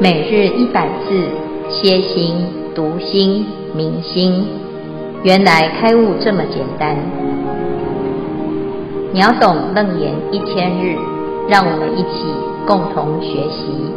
每日100字，歇心、读心、明心，原来开悟这么简单。秒懂楞严1000日，让我们一起共同学习。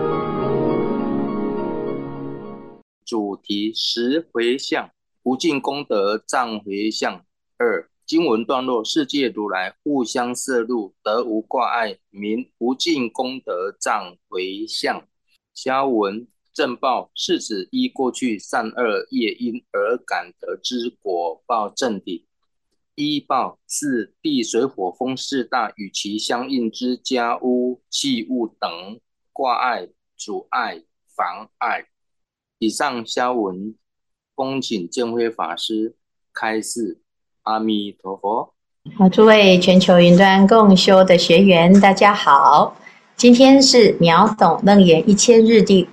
主题10回向，无尽功德藏回向。2. 经文段落：世界如来互相摄入，得无挂碍，名无尽功德藏回向。下文正报是指依过去善恶业因而感得之果报正理。依报是地水火风4大与其相应之家屋器物等挂碍、阻碍、妨碍。以上下文恭请建辉法师开示。阿弥陀佛。 好，诸位全球云端共修的学员，大家好。今天是秒懂楞严1000日第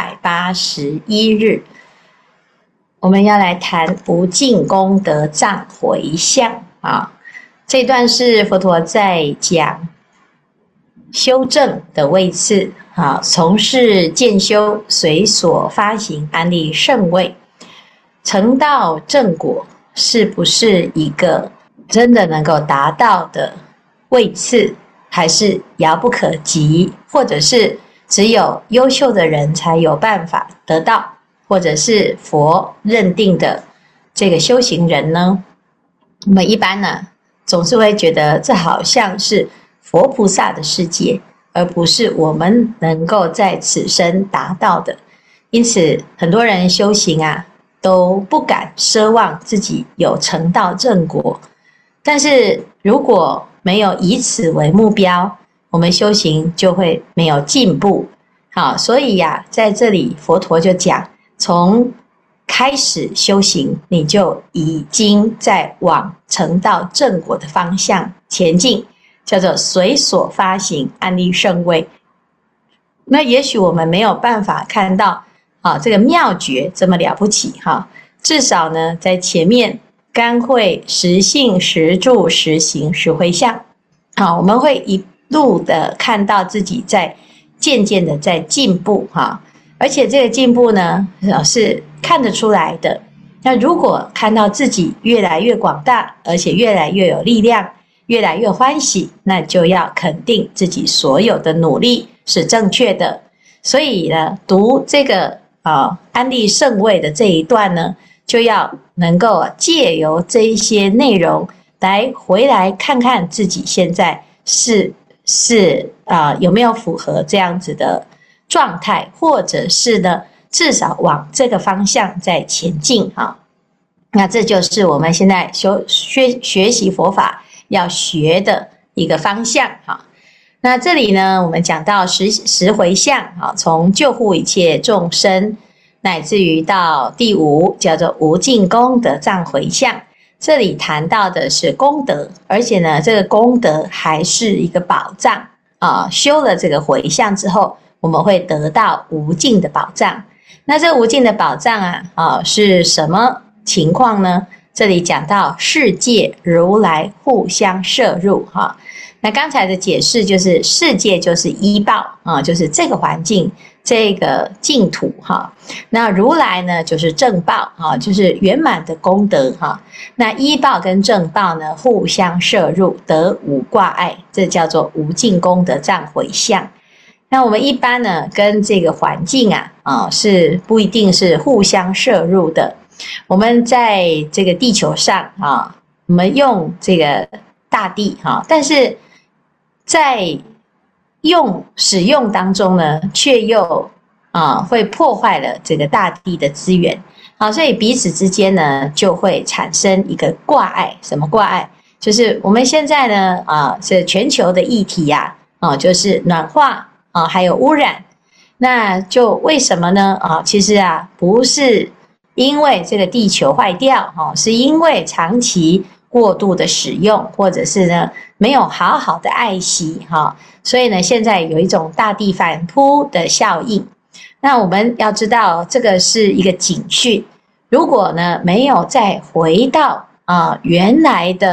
581日，我们要来谈无尽功德藏回向啊。这段是佛陀在讲修正的位次啊，从事渐修，随所发行安立圣位，成道正果，是不是一个真的能够达到的位次？还是遥不可及，或者是只有优秀的人才有办法得到，或者是佛认定的这个修行人呢？我们一般呢，总是会觉得这好像是佛菩萨的世界，而不是我们能够在此生达到的。因此，很多人修行啊，都不敢奢望自己有成道正果。但是如果没有以此为目标，我们修行就会没有进步。好，所以呀，在这里佛陀就讲，从开始修行，你就已经在往成道正果的方向前进，叫做随所发行安立圣位。那也许我们没有办法看到这个妙诀这么了不起至少呢，在前面甘会实信实住实行实回向，我们会一路的看到自己在渐渐的在进步而且这个进步呢是看得出来的。那如果看到自己越来越广大，而且越来越有力量，越来越欢喜，那就要肯定自己所有的努力是正确的。所以呢，读这个安立圣位的这一段呢，就要能够借由这一些内容来回来看看自己现在是有没有符合这样子的状态，或者是呢至少往这个方向在前进那这就是我们现在学习佛法要学的一个方向那这里呢，我们讲到十回向从救护一切众生，乃至于到第5叫做无尽功德藏回向。这里谈到的是功德，而且呢，这个功德还是一个宝藏修了这个回向之后，我们会得到无尽的宝藏。那这无尽的宝藏是什么情况呢？这里讲到世界如来互相摄入那刚才的解释就是世界就是依报就是这个环境，这个净土那如来呢就是正报就是圆满的功德那依报跟正报呢互相摄入，得无挂碍，这叫做无尽功德藏回向。那我们一般呢跟这个环境是不一定是互相摄入的。我们在这个地球上我们用这个大地但是在使用当中呢，却又会破坏了这个大地的资源所以彼此之间呢就会产生一个挂碍。什么挂碍？就是我们现在呢是全球的议题就是暖化还有污染。那就为什么呢其实不是因为这个地球坏掉是因为长期过度的使用，或者是呢没有好好的爱惜所以呢现在有一种大地反扑的效应。那我们要知道这个是一个警讯，如果呢没有再回到原来的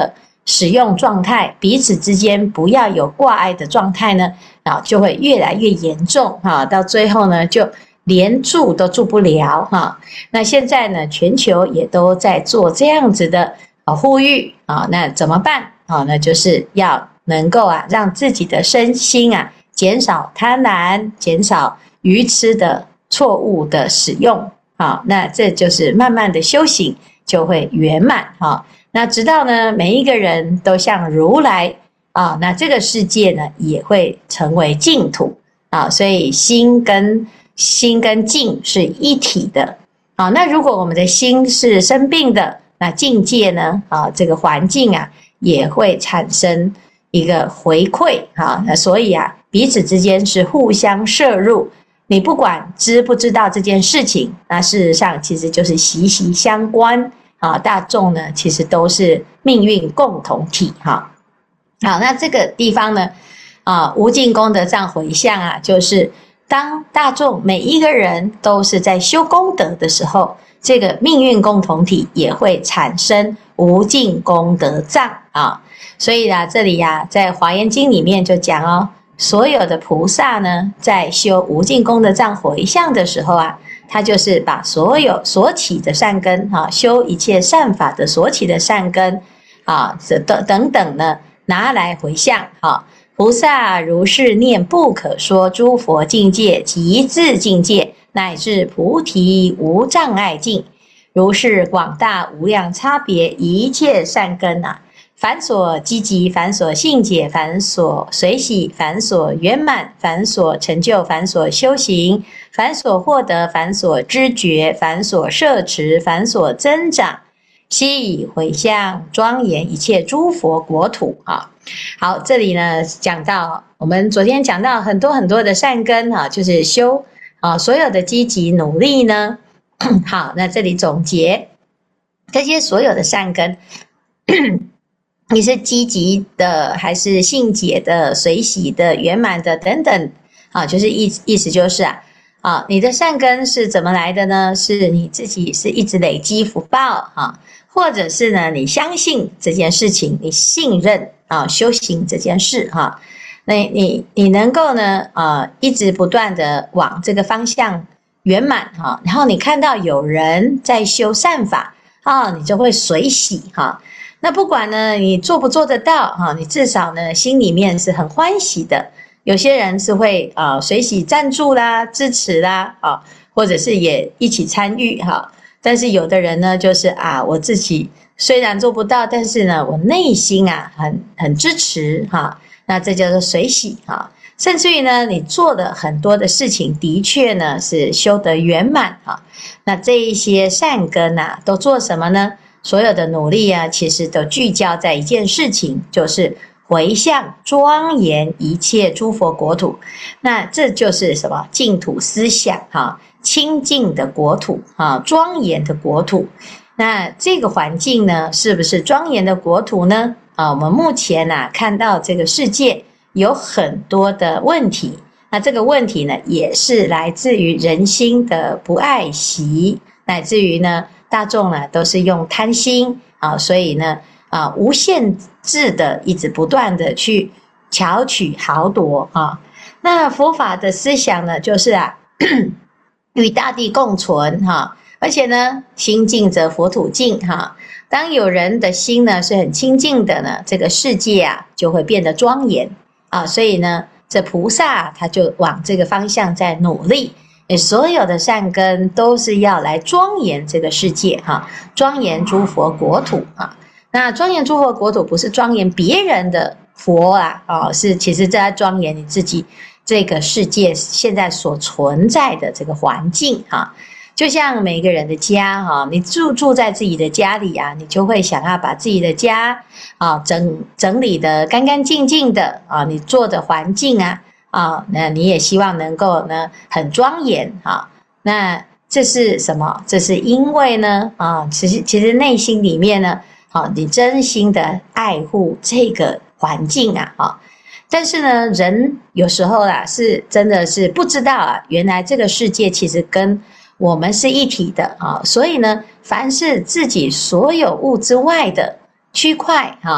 使用状态，彼此之间不要有挂碍的状态呢，就会越来越严重到最后呢，就连住都住不了那现在呢，全球也都在做这样子的呼吁那怎么办那就是要能够让自己的身心减少贪婪，减少愚痴的错误的使用那这就是慢慢的修行就会圆满那直到呢每一个人都像如来那这个世界呢也会成为净土所以心跟境是一体的那如果我们的心是生病的，那境界呢这个环境也会产生一个回馈那所以彼此之间是互相摄入，你不管知不知道这件事情，那事实上其实就是息息相关大众呢其实都是命运共同体好，那这个地方呢无尽功德藏回向就是当大众每一个人都是在修功德的时候，这个命运共同体也会产生无尽功德藏所以这里在华严经里面就讲所有的菩萨呢在修无尽功德藏回向的时候他就是把所有所起的善根修一切善法的所起的善根等等呢拿来回向菩萨如是念不可说诸佛境界极致境界，乃至菩提无障碍境，如是广大无量差别一切善根凡所积集，凡所信解，凡所随喜，凡所圆满，凡所成就，凡所修行，凡所获得，凡所知觉，凡所摄持，凡所增长，悉以回向庄严一切诸佛国土好，这里呢讲到我们昨天讲到很多很多的善根就是修所有的积极努力呢好，那这里总结这些所有的善根你是积极的还是信解的随喜的圆满的等等就是意思就是你的善根是怎么来的呢？是你自己是一直累积福报或者是呢你相信这件事情，你信任修行这件事那你能够呢一直不断的往这个方向圆满然后你看到有人在修善法你就会随喜那不管呢你做不做得到你至少呢心里面是很欢喜的。有些人是会随喜赞助啦、支持啦或者是也一起参与但是有的人呢就是我自己虽然做不到，但是呢我内心很支持那这叫做随喜甚至于呢你做的很多的事情的确呢是修得圆满那这一些善根都做什么呢？所有的努力其实都聚焦在一件事情，就是回向庄严一切诸佛国土。那这就是什么？净土思想清净的国土庄严的国土。那这个环境呢是不是庄严的国土呢？我们目前看到这个世界有很多的问题，那这个问题呢也是来自于人心的不爱惜，乃至于呢大众呢都是用贪心所以呢无限制的一直不断的去巧取豪夺那佛法的思想呢就是与大地共存而且呢心净则佛土净当有人的心呢是很清净的呢，这个世界就会变得庄严所以呢这菩萨他就往这个方向在努力，所有的善根都是要来庄严这个世界庄严诸佛国土那庄严诸佛国土不是庄严别人的佛是其实在庄严你自己这个世界现在所存在的这个环境就像每个人的家你住在自己的家里你就会想要把自己的家整理得干干净净的你做的环境那你也希望能够呢很庄严那这是什么？这是因为呢其实内心里面呢你真心的爱护这个环境但是呢人有时候是真的是不知道原来这个世界其实跟我们是一体的所以呢凡是自己所有物之外的区块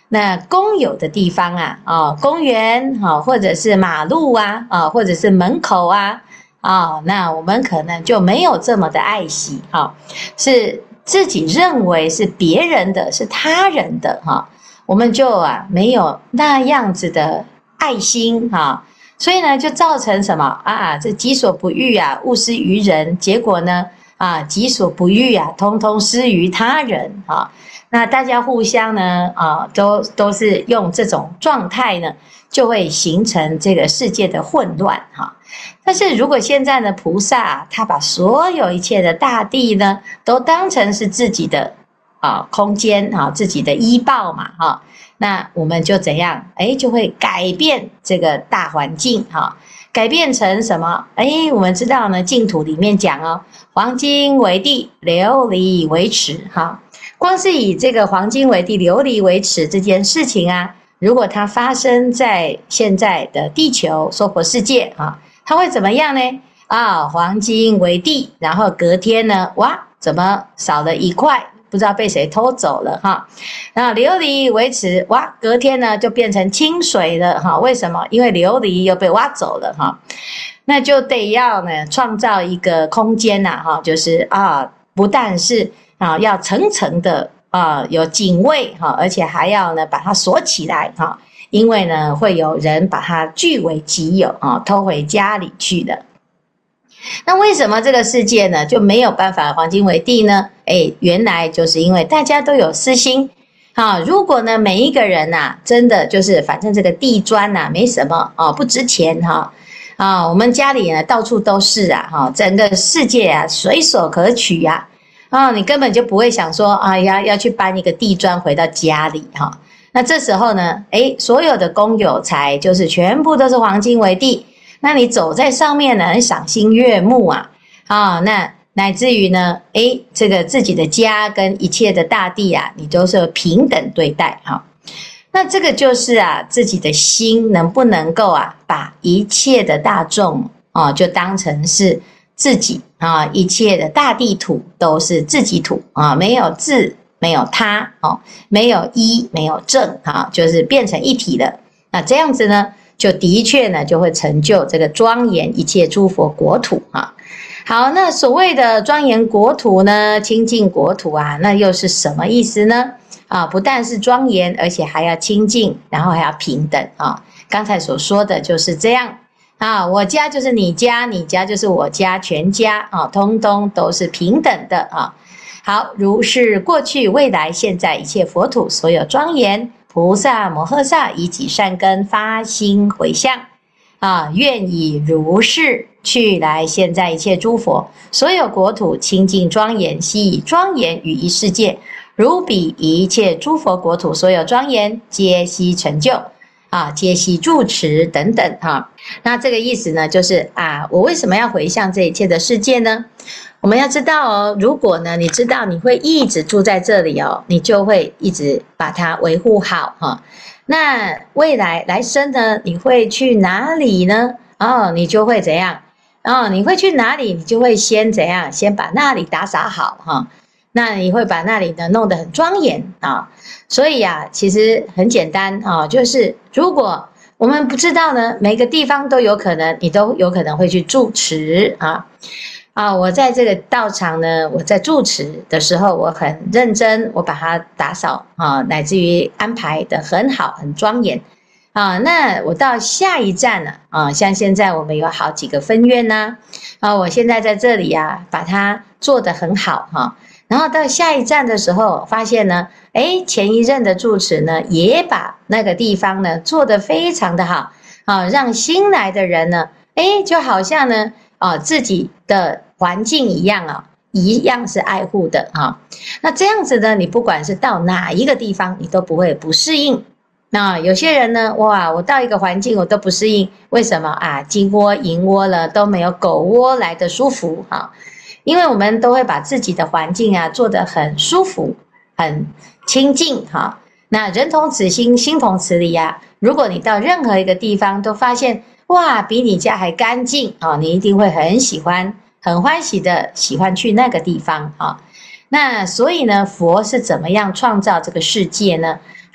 那公有的地方啊，公园或者是马路或者是门口那我们可能就没有这么的爱惜是自己认为是别人的，是他人的我们就没有那样子的爱心所以呢就造成什么这己所不欲勿施于人，结果呢己所不欲通通施于他人那大家互相呢都是用这种状态呢，就会形成这个世界的混乱但是如果现在呢，菩萨他把所有一切的大地呢，都当成是自己的空间自己的依报嘛那我们就怎样就会改变这个大环境改变成什么我们知道呢，净土里面讲黄金为地，琉璃为池光是以这个黄金为地，琉璃为池这件事情如果它发生在现在的地球娑婆世界它会怎么样呢黄金为地，然后隔天呢怎么少了一块，不知道被谁偷走了然后琉璃为池，隔天呢就变成清水了为什么？因为琉璃又被挖走了那就得要呢创造一个空间就是不但是要层层的有警卫而且还要呢把它锁起来因为呢会有人把它据为己有偷回家里去的。那为什么这个世界呢就没有办法黄金为地呢？原来就是因为大家都有私心如果呢每一个人真的就是反正这个地砖没什么不值钱我们家里呢到处都是整个世界随手可取你根本就不会想说要去搬一个地砖回到家里那这时候呢所有的公有财就是全部都是黄金为地，那你走在上面呢赏心悦目那乃至于呢这个自己的家跟一切的大地你都是平等对待那这个就是自己的心能不能够把一切的大众就当成是自己一切的大地土都是自己土没有自没有他没有一没有正就是变成一体的。那这样子呢就的确呢就会成就这个庄严一切诸佛国土好，那所谓的庄严国土呢，清净国土那又是什么意思呢？不但是庄严，而且还要清净，然后还要平等刚才所说的就是这样我家就是你家，你家就是我家，全家通通都是平等的好，如是过去未来现在一切佛土所有庄严，菩萨摩诃萨以己善根发心回向愿以如是去来现在一切诸佛所有国土清净庄严，悉以庄严于一世界，如彼一切诸佛国土所有庄严，皆悉成就皆悉住持等等那这个意思呢就是我为什么要回向这一切的世界呢？我们要知道如果呢你知道你会一直住在这里你就会一直把它维护好那未来来生呢你会去哪里呢你就会怎样你会去哪里你就会先怎样，先把那里打扫好那你会把那里呢弄得很庄严所以其实很简单就是如果我们不知道呢每个地方都有可能你都有可能会去住持我在这个道场呢我在住持的时候我很认真，我把它打扫乃至于安排得很好很庄严那我到下一站了像现在我们有好几个分院我现在在这里把它做得很好然后到下一站的时候发现呢前一任的住持呢也把那个地方呢做得非常的好让新来的人呢就好像呢自己的环境一样是爱护的那这样子呢你不管是到哪一个地方你都不会不适应。那有些人呢我到一个环境我都不适应，为什么金窝银窝了都没有狗窝来的舒服因为我们都会把自己的环境做得很舒服很清净那人同此心心同此理如果你到任何一个地方都发现比你家还干净你一定会很喜欢很欢喜的喜欢去那个地方那所以呢佛是怎么样创造这个世界呢？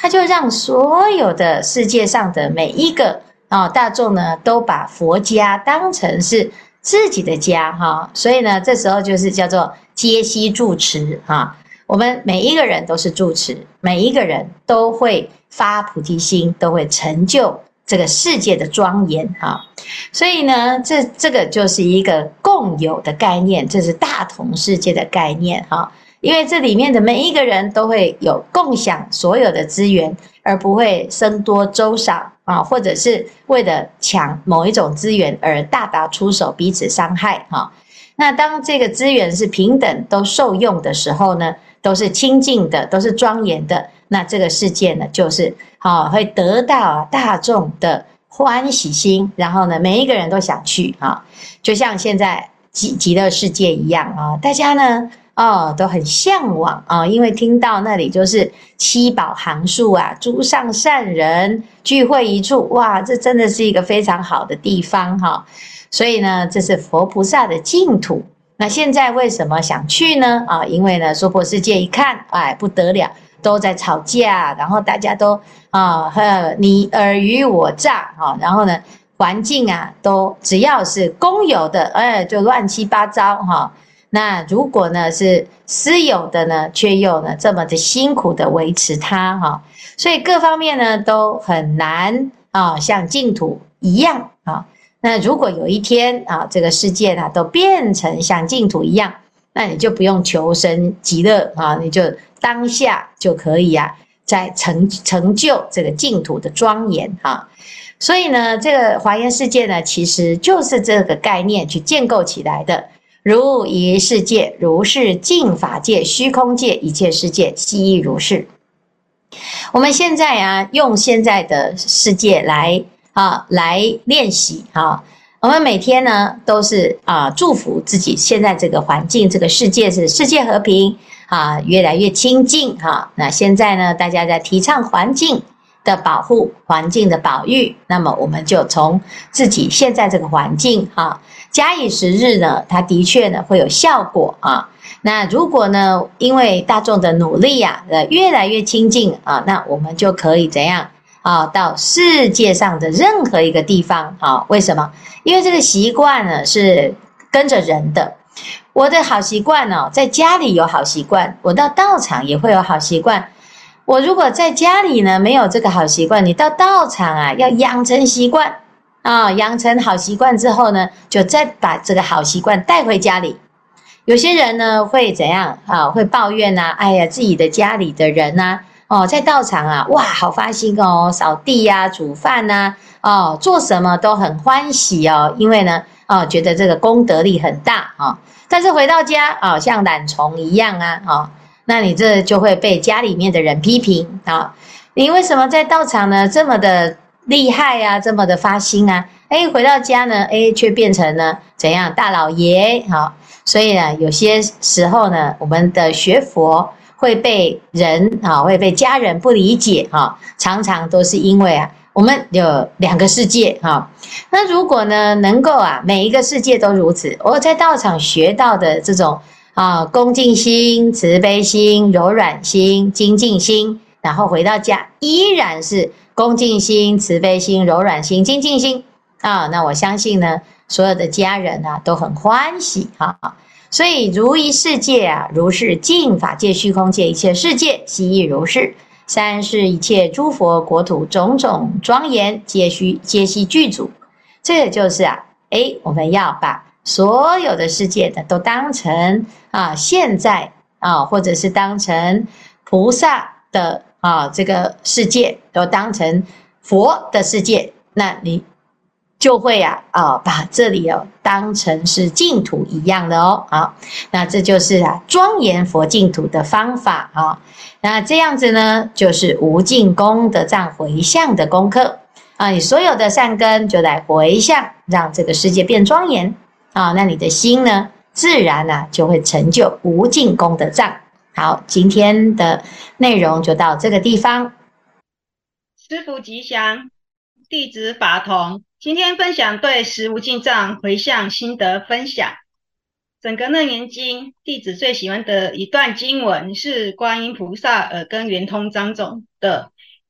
他就让所有的世界上的每一个大众呢，都把佛家当成是自己的家哈，所以呢，这时候就是叫做皆悉住持哈。我们每一个人都是住持，每一个人都会发菩提心，都会成就这个世界的庄严哈。所以呢，这个就是一个共有的概念，这是大同世界的概念哈。因为这里面的每一个人都会有共享所有的资源，而不会僧多粥少啊，或者是为了抢某一种资源而大打出手，彼此伤害哈。那当这个资源是平等都受用的时候呢，都是清净的，都是庄严的，那这个世界呢，就是会得到大众的欢喜心，然后呢，每一个人都想去啊，就像现在极乐世界一样啊，大家呢都很向往啊，因为听到那里就是七宝行树啊，诸上善人聚会一处，哇，这真的是一个非常好的地方哈。所以呢，这是佛菩萨的净土。那现在为什么想去呢？因为呢，娑婆世界一看，哎，不得了，都在吵架，然后大家都你尔虞我诈然后呢，环境都只要是公有的，就乱七八糟哈。那如果呢是私有的呢，却又呢这么的辛苦的维持它哈，所以各方面呢都很难像净土一样啊。那如果有一天这个世界呢都变成像净土一样，那你就不用求生极乐你就当下就可以在成就这个净土的庄严所以呢，这个华严世界呢，其实就是这个概念去建构起来的。如一世界，如是净法界、虚空界，一切世界悉亦如是。我们现在用现在的世界来练习我们每天呢都是祝福自己现在这个环境，这个世界是世界和平越来越清净那现在呢，大家在提倡环境的保护、环境的保育，那么我们就从自己现在这个环境假以时日呢，它的确呢会有效果那如果呢，因为大众的努力越来越清净那我们就可以怎样到世界上的任何一个地方为什么？因为这个习惯呢是跟着人的。我的好习惯在家里有好习惯，我到道场也会有好习惯。我如果在家里呢没有这个好习惯，你到道场要养成习惯养成好习惯之后呢，就再把这个好习惯带回家里。有些人呢会怎样会抱怨哎呀，自己的家里的人在道场哇，好发心扫地煮饭做什么都很欢喜因为呢觉得这个功德力很大但是回到家像懒虫一样那你这就会被家里面的人批评你为什么在道场呢这么的厉害这么的发心回到家呢却变成呢怎样大老爷所以呢有些时候呢，我们的学佛会被人会被家人不理解常常都是因为我们有两个世界那如果呢能够每一个世界都如此，我在道场学到的这种恭敬心、慈悲心、柔软心、精进心，然后回到家依然是恭敬心、慈悲心、柔软心、精进心那我相信呢，所有的家人都很欢喜所以如一世界如是净法界、虚空界，一切世界悉亦如是。三是一切诸佛国土种种庄严，皆悉具足。这个就是我们要把所有的世界的都当成现在或者是当成菩萨的这个世界，都当成佛的世界，那你就会把这里当成是净土一样的好，那这就是庄严佛净土的方法那这样子呢，就是无尽功德藏回向的功课你所有的善根就来回向，让这个世界变庄严那你的心呢，自然就会成就无尽功德藏。好，今天的内容就到这个地方。 师父吉祥，弟子法同。今天分享对十无尽藏回向心得分享。整个楞严经，弟子最喜欢的一段经文是观音菩萨耳根圆通章中的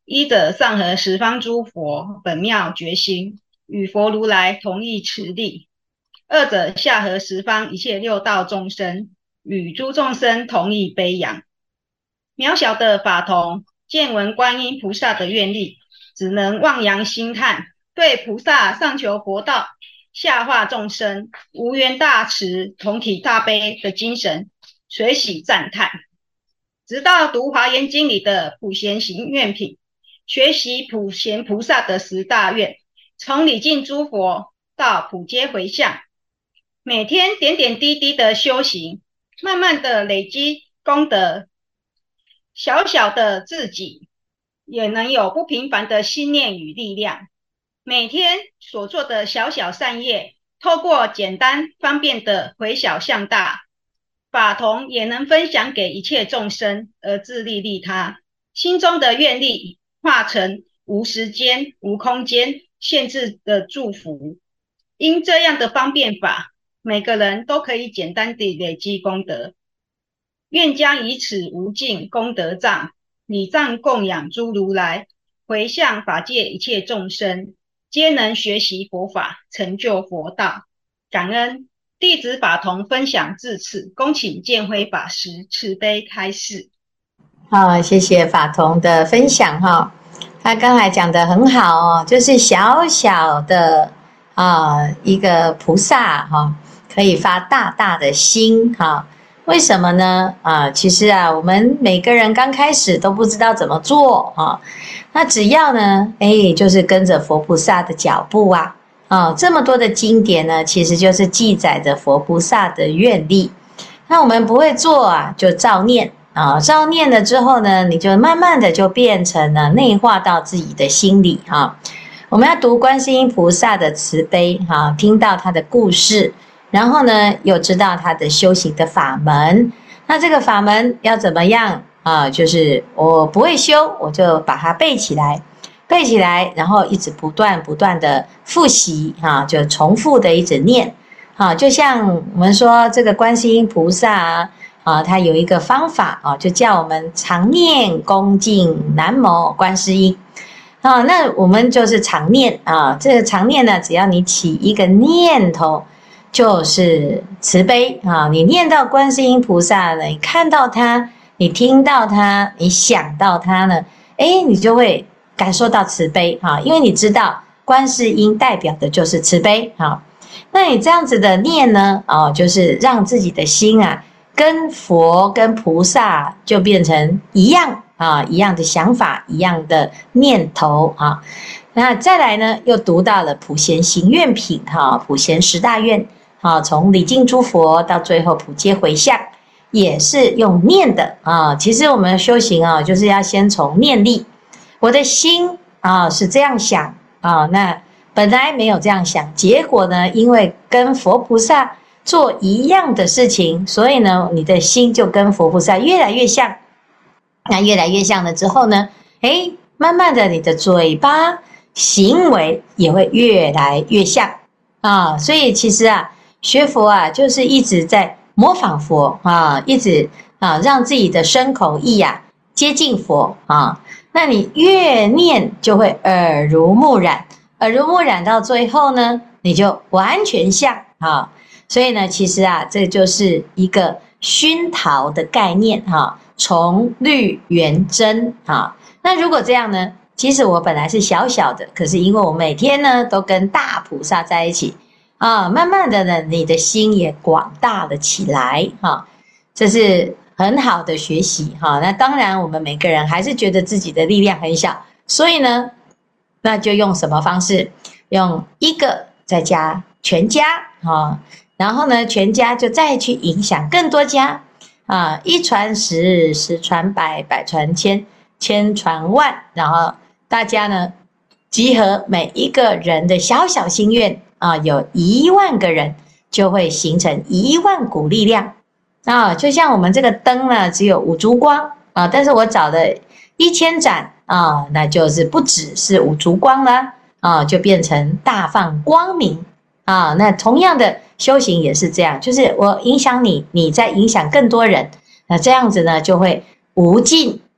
一者上合十方诸佛本妙觉心，与佛如来同一持力；二者下合十方一切六道众生，与诸众生同一悲仰。渺小的法童见闻观音菩萨的愿力，只能望洋兴叹，对菩萨上求佛道，下化众生，无缘大慈，同体大悲的精神，随喜赞叹。直到读华严经里的普贤行愿品，学习普贤菩萨的10大愿，从礼敬诸佛到普皆回向，每天点点滴滴的修行，慢慢的累积功德，小小的自己也能有不平凡的心念与力量。每天所做的小小善业，透过简单方便的回小向大，法童也能分享给一切众生，而自利利他。心中的愿力化成无时间、无空间限制的祝福。因这样的方便法，每个人都可以简单地累积功德。愿将以此无尽功德藏，礼藏供养诸如来，回向法界一切众生，皆能学习佛法，成就佛道。感恩。弟子法童分享至此，恭请建辉法师慈悲开示。 好，谢谢法童的分享哈。他刚才讲得很好哦，就是小小的一个菩萨哈，可以发大大的心哈。为什么呢？其实我们每个人刚开始都不知道怎么做啊。那只要呢，就是跟着佛菩萨的脚步啊。这么多的经典呢，其实就是记载着佛菩萨的愿力。那我们不会做啊，就照念照念了之后呢，你就慢慢的就变成了内化到自己的心里哈。我们要读观世音菩萨的慈悲哈，听到他的故事，然后呢，又知道他的修行的法门。那这个法门要怎么样就是我不会修，我就把它背起来。背起来，然后一直不断的复习就重复的一直念就像我们说这个观世音菩萨他有一个方法就叫我们常念恭敬南无观世音那我们就是常念这个常念呢，只要你起一个念头，就是慈悲你念到观世音菩萨呢，你看到他，你听到他，你想到他呢，你就会感受到慈悲因为你知道观世音代表的就是慈悲那你这样子的念呢就是让自己的心跟佛跟菩萨就变成一样一样的想法，一样的念头那再来呢，又读到了普贤行愿品普贤10大愿从礼敬诸佛到最后普皆回向，也是用念的其实我们修行就是要先从念力。我的心是这样想那本来没有这样想，结果呢，因为跟佛菩萨做一样的事情，所以呢，你的心就跟佛菩萨越来越像。那越来越像了之后呢，慢慢的你的嘴巴行为也会越来越像所以其实学佛就是一直在模仿佛一直让自己的身口意接近佛那你越念就会耳濡目染，耳濡目染到最后呢，你就完全像所以呢，其实这就是一个熏陶的概念从绿圆真那如果这样呢，其实我本来是小小的，可是因为我每天呢都跟大菩萨在一起慢慢的呢，你的心也广大了起来这是很好的学习那当然我们每个人还是觉得自己的力量很小，所以呢，那就用什么方式？用一个再加全家然后呢，全家就再去影响更多家一传十，十传百，百传千，千传万，然后大家呢集合每一个人的小小心愿有10000个人，就会形成10000股力量就像我们这个灯呢，只有5烛光但是我找了1000盏那就是不只是5烛光了就变成大放光明那同样的修行也是这样，就是我影响你，你再影响更多人，那这样子呢就会无尽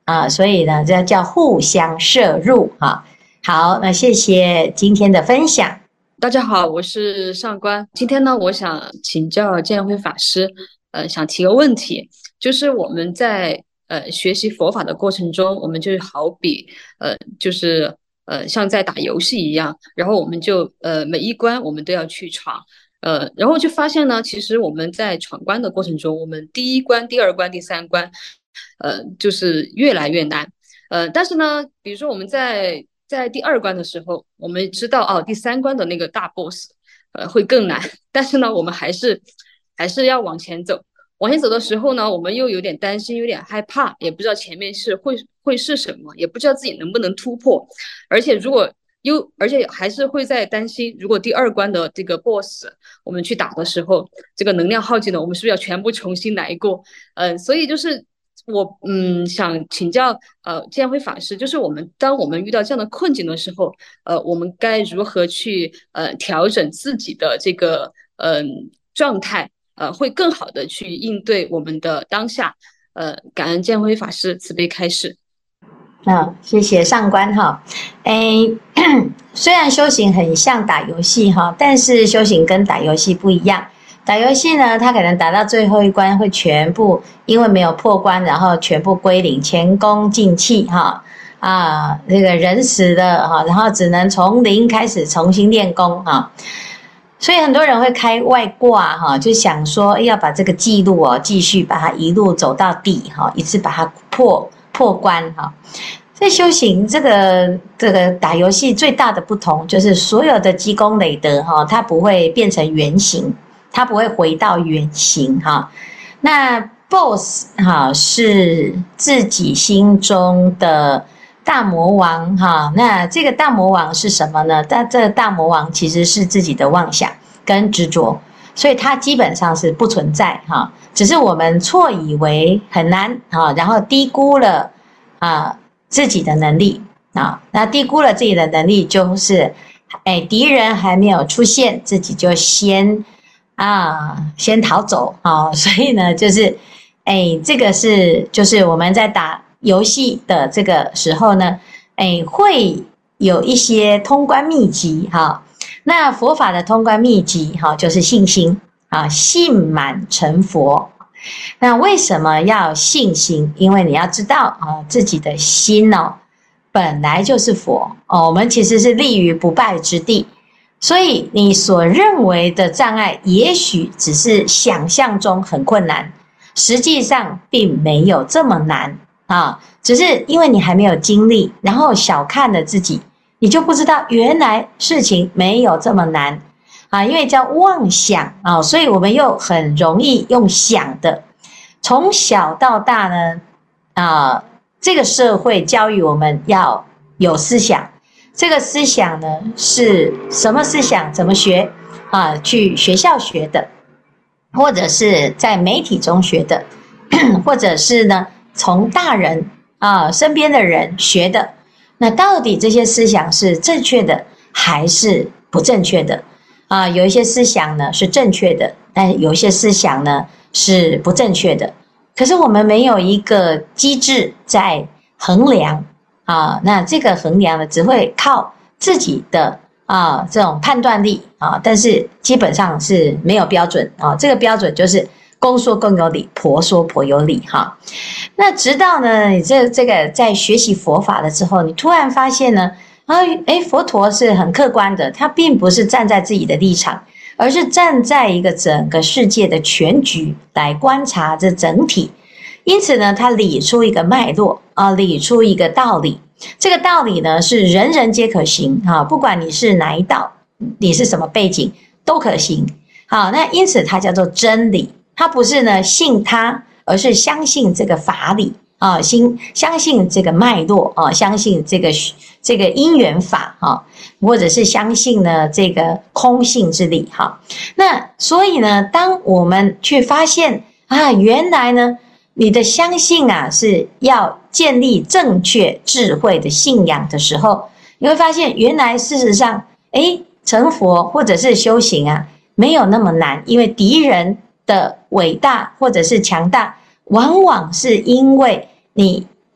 所以呢，这叫互相摄入啊。好，那谢谢今天的分享。 大家好，我是上官。今天呢，我想请教建辉法师，想提个问题，就是我们在学习佛法的过程中，我们就好比像在打游戏一样，然后我们就每一关我们都要去闯，然后就发现呢，其实我们在闯关的过程中，我们第一关、第二关、第三关，就是越来越难，但是呢，比如说我们在第二关的时候，我们知道哦，第三关的那个大 boss，会更难，但是呢，我们还是要往前走。往前走的时候呢，我们又有点担心，有点害怕，也不知道前面会是什么，也不知道自己能不能突破，而且还是会在担心，如果第二关的这个 boss 我们去打的时候，这个能量耗尽了，我们是不是要全部重新来过？所以就是我想请教建辉法师，就是当我们遇到这样的困境的时候，我们该如何去调整自己的这个状态，会更好的去应对我们的当下。感恩建辉法师慈悲开示。 谢谢上官哈。虽然修行很像打游戏哈，但是修行跟打游戏不一样。打游戏呢，他可能打到最后一关会全部因为没有破关，然后全部归零，前功尽弃哈。这个人死了哈，然后只能从零开始重新练功哈。所以很多人会开外挂哈，就想说要把这个记录继续把它一路走到底哈，一次把它破关哈。在修行这个打游戏最大的不同就是所有的积功累德哈，它不会变成原形，它不会回到原形哈。那 BOSS 哈是自己心中的大魔王哈，那这个大魔王是什么呢？这个大魔王其实是自己的妄想跟执着，所以它基本上是不存在哈，只是我们错以为很难哈，然后低估了自己的能力那低估了自己的能力就是敌人还没有出现，自己就先逃走所以呢就是这个就是我们在打游戏的这个时候呢，会有一些通关秘籍哈。那佛法的通关秘籍哈，就是信心信满成佛。那为什么要信心？因为你要知道自己的心本来就是佛我们其实是立于不败之地，所以你所认为的障碍，也许只是想象中很困难，实际上并没有这么难只是因为你还没有经历，然后小看了自己，你就不知道原来事情没有这么难因为叫妄想所以我们又很容易用想的。从小到大呢这个社会教育我们要有思想，这个思想呢是什么思想？怎么学去学校学的，或者是在媒体中学的，或者是呢从大人身边的人学的。那到底这些思想是正确的还是不正确的有一些思想呢是正确的，但有一些思想呢是不正确的。可是我们没有一个机制在衡量那这个衡量呢只会靠自己的这种判断力但是基本上是没有标准这个标准就是公说公有理，婆说婆有理那直到呢你这个在学习佛法了之后，你突然发现呢佛陀是很客观的，他并不是站在自己的立场，而是站在一个整个世界的全局来观察这整体。因此呢他理出一个脉络理出一个道理，这个道理呢是人人皆可行不管你是哪一道，你是什么背景都可行那因此它叫做真理，它不是呢信它，而是相信这个法理相信这个脉络相信这个因缘法或者是相信呢这个空性之理那所以呢当我们去发现原来呢你的相信是要建立正确智慧的信仰的时候，你会发现原来事实上成佛或者是修行没有那么难，因为敌人的伟大或者是强大往往是因为你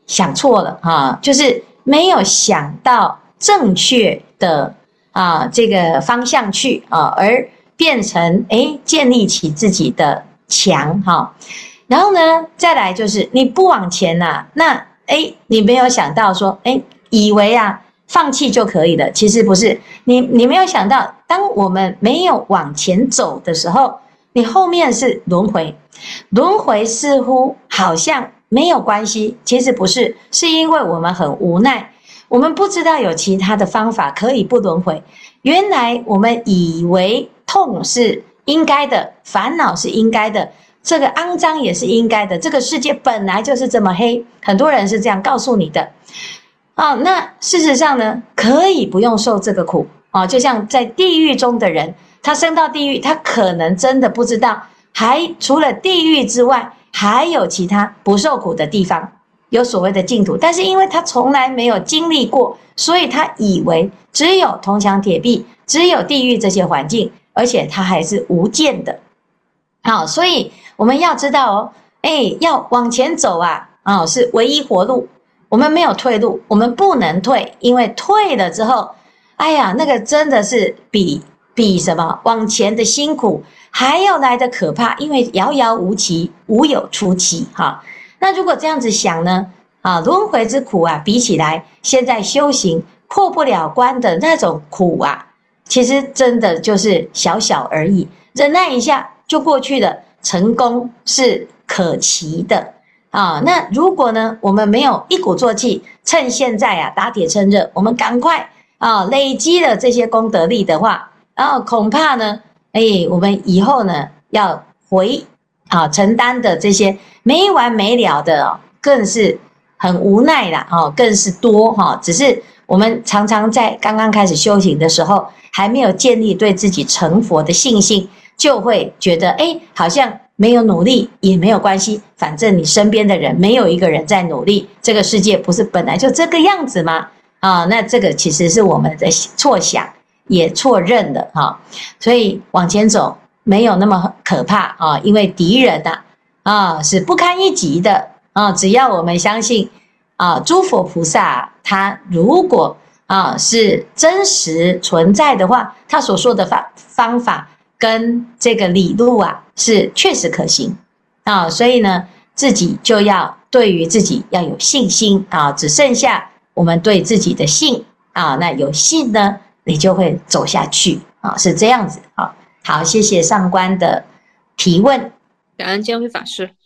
想错了啊，就是没有想到正确的这个方向去而变成建立起自己的墙哈。然后呢，再来就是你不往前那你没有想到说以为放弃就可以了，其实不是。你没有想到，当我们没有往前走的时候，你后面是轮回。轮回似乎好像没有关系，其实不是，是因为我们很无奈，我们不知道有其他的方法可以不轮回。原来我们以为痛是应该的，烦恼是应该的，这个肮脏也是应该的，这个世界本来就是这么黑，很多人是这样告诉你的那事实上呢，可以不用受这个苦就像在地狱中的人，他升到地狱，他可能真的不知道，还除了地狱之外，还有其他不受苦的地方，有所谓的净土，但是因为他从来没有经历过，所以他以为只有铜墙铁壁，只有地狱这些环境，而且他还是无间的所以我们要知道要往前走是唯一活路，我们没有退路，我们不能退，因为退了之后那个真的是比什么往前的辛苦还要来得可怕，因为遥遥无期，无有出期那如果这样子想呢轮回之苦比起来现在修行破不了关的那种苦其实真的就是小小而已，忍耐一下就过去了，成功是可期的那如果呢，我们没有一鼓作气，趁现在打铁趁热，我们赶快累积了这些功德力的话恐怕呢我们以后呢要承担的这些没完没了的更是很无奈啦更是多只是我们常常在刚刚开始修行的时候，还没有建立对自己成佛的信心，就会觉得好像没有努力也没有关系，反正你身边的人没有一个人在努力，这个世界不是本来就这个样子吗那这个其实是我们的错想，也错认的所以往前走没有那么可怕因为敌人是不堪一击的只要我们相信诸佛菩萨他如果是真实存在的话，他所说的方法跟这个理路是确实可行所以呢自己就要对于自己要有信心只剩下我们对自己的信那有信呢你就会走下去是这样子好，谢谢上官的提问。 感恩监慧法师。